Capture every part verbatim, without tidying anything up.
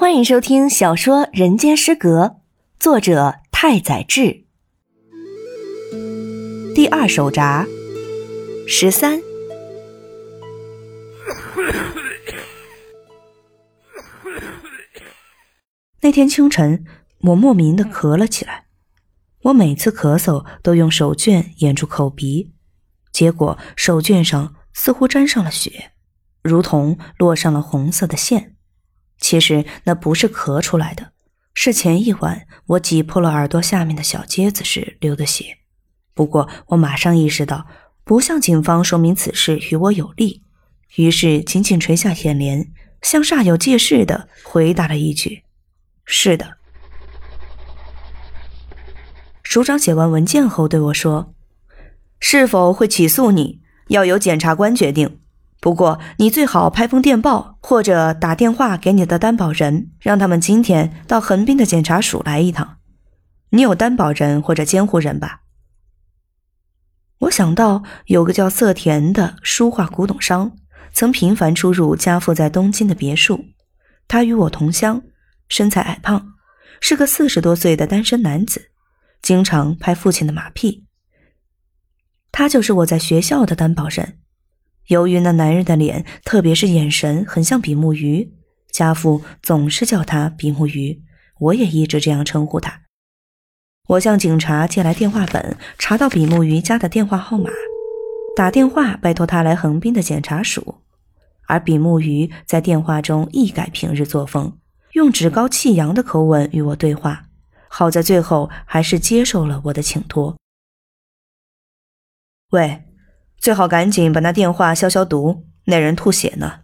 欢迎收听小说《人间失格》，作者太宰治。第二手札十三。那天清晨，我莫名地咳了起来。我每次咳嗽都用手绢掩住口鼻，结果手绢上似乎沾上了血，如同落上了红色的线。其实那不是咳出来的，是前一晚我挤破了耳朵下面的小疖子时流的血。不过我马上意识到，不向警方说明此事与我有利，于是紧紧垂下眼帘，像煞有介事地回答了一句：是的。署长写完文件后对我说，是否会起诉你，要由检察官决定。不过你最好拍封电报，或者打电话给你的担保人，让他们今天到横滨的检察署来一趟。你有担保人或者监护人吧？我想到有个叫色田的书画古董商，曾频繁出入家父在东京的别墅。他与我同乡，身材矮胖，是个四十多岁的单身男子，经常拍父亲的马屁。他就是我在学校的担保人。由于那男人的脸，特别是眼神很像比目鱼，家父总是叫他比目鱼，我也一直这样称呼他。我向警察借来电话本，查到比目鱼家的电话号码，打电话拜托他来横滨的检察署。而比目鱼在电话中一改平日作风，用趾高气扬的口吻与我对话，好在最后还是接受了我的请托。喂，最好赶紧把那电话消消毒，那人吐血呢。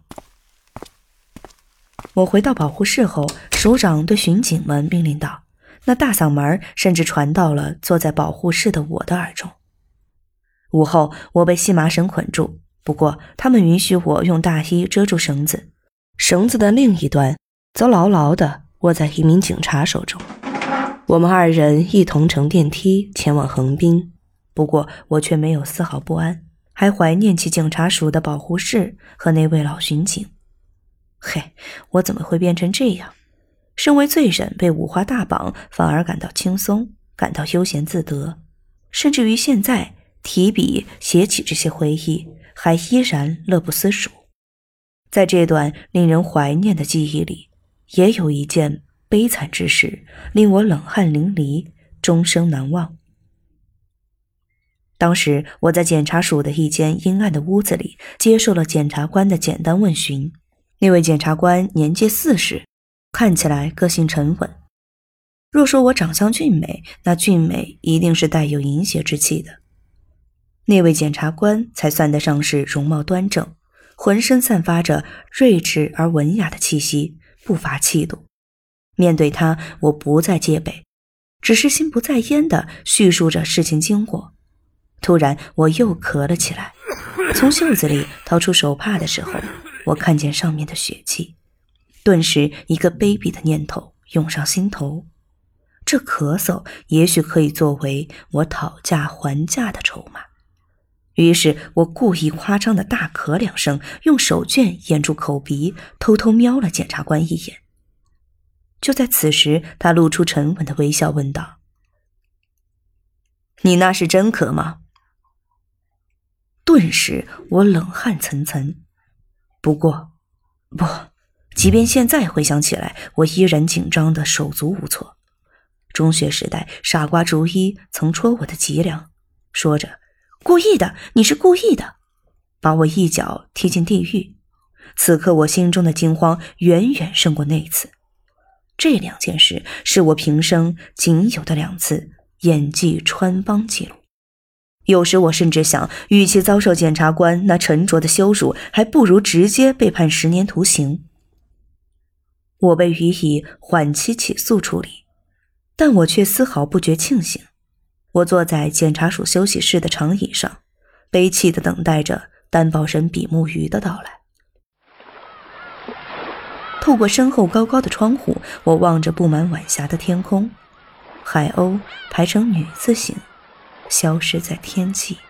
我回到保护室后，署长对巡警们命令道，那大嗓门甚至传到了坐在保护室的我的耳中。午后我被细麻绳捆住，不过他们允许我用大衣遮住绳子，绳子的另一端则牢牢地握在一名警察手中。我们二人一同乘电梯前往横滨，不过我却没有丝毫不安，还怀念起警察署的保护室和那位老巡警。嘿，我怎么会变成这样？身为罪人被五花大绑，反而感到轻松，感到悠闲自得，甚至于现在提笔写起这些回忆，还依然乐不思蜀。在这段令人怀念的记忆里，也有一件悲惨之事，令我冷汗淋漓，终生难忘。当时我在检察署的一间阴暗的屋子里，接受了检察官的简单问询。那位检察官年届四十，看起来个性沉稳。若说我长相俊美，那俊美一定是带有淫邪之气的。那位检察官才算得上是容貌端正，浑身散发着睿智而文雅的气息，不乏气度。面对他，我不再戒备，只是心不在焉地叙述着事情经过。突然我又咳了起来，从袖子里掏出手帕的时候，我看见上面的血迹，顿时一个卑鄙的念头涌上心头，这咳嗽也许可以作为我讨价还价的筹码。于是我故意夸张的大咳两声，用手绢掩住口鼻，偷偷瞄了检察官一眼。就在此时，他露出沉稳的微笑问道，你那是真咳吗？顿时我冷汗涔涔。不过不即便现在回想起来，我依然紧张的手足无措。中学时代傻瓜竹一曾戳我的脊梁，说着故意的，你是故意的，把我一脚踢进地狱。此刻我心中的惊慌远远胜过那次。这两件事是我平生仅有的两次演技穿帮记录。有时我甚至想，与其遭受检察官那沉着的羞辱，还不如直接被判十年徒刑。我被予以缓期起诉处理，但我却丝毫不觉庆幸。我坐在检察署休息室的长椅上，悲戚地等待着担保人比目鱼的到来。透过身后高高的窗户，我望着布满晚霞的天空，海鸥排成女字形消失在天际。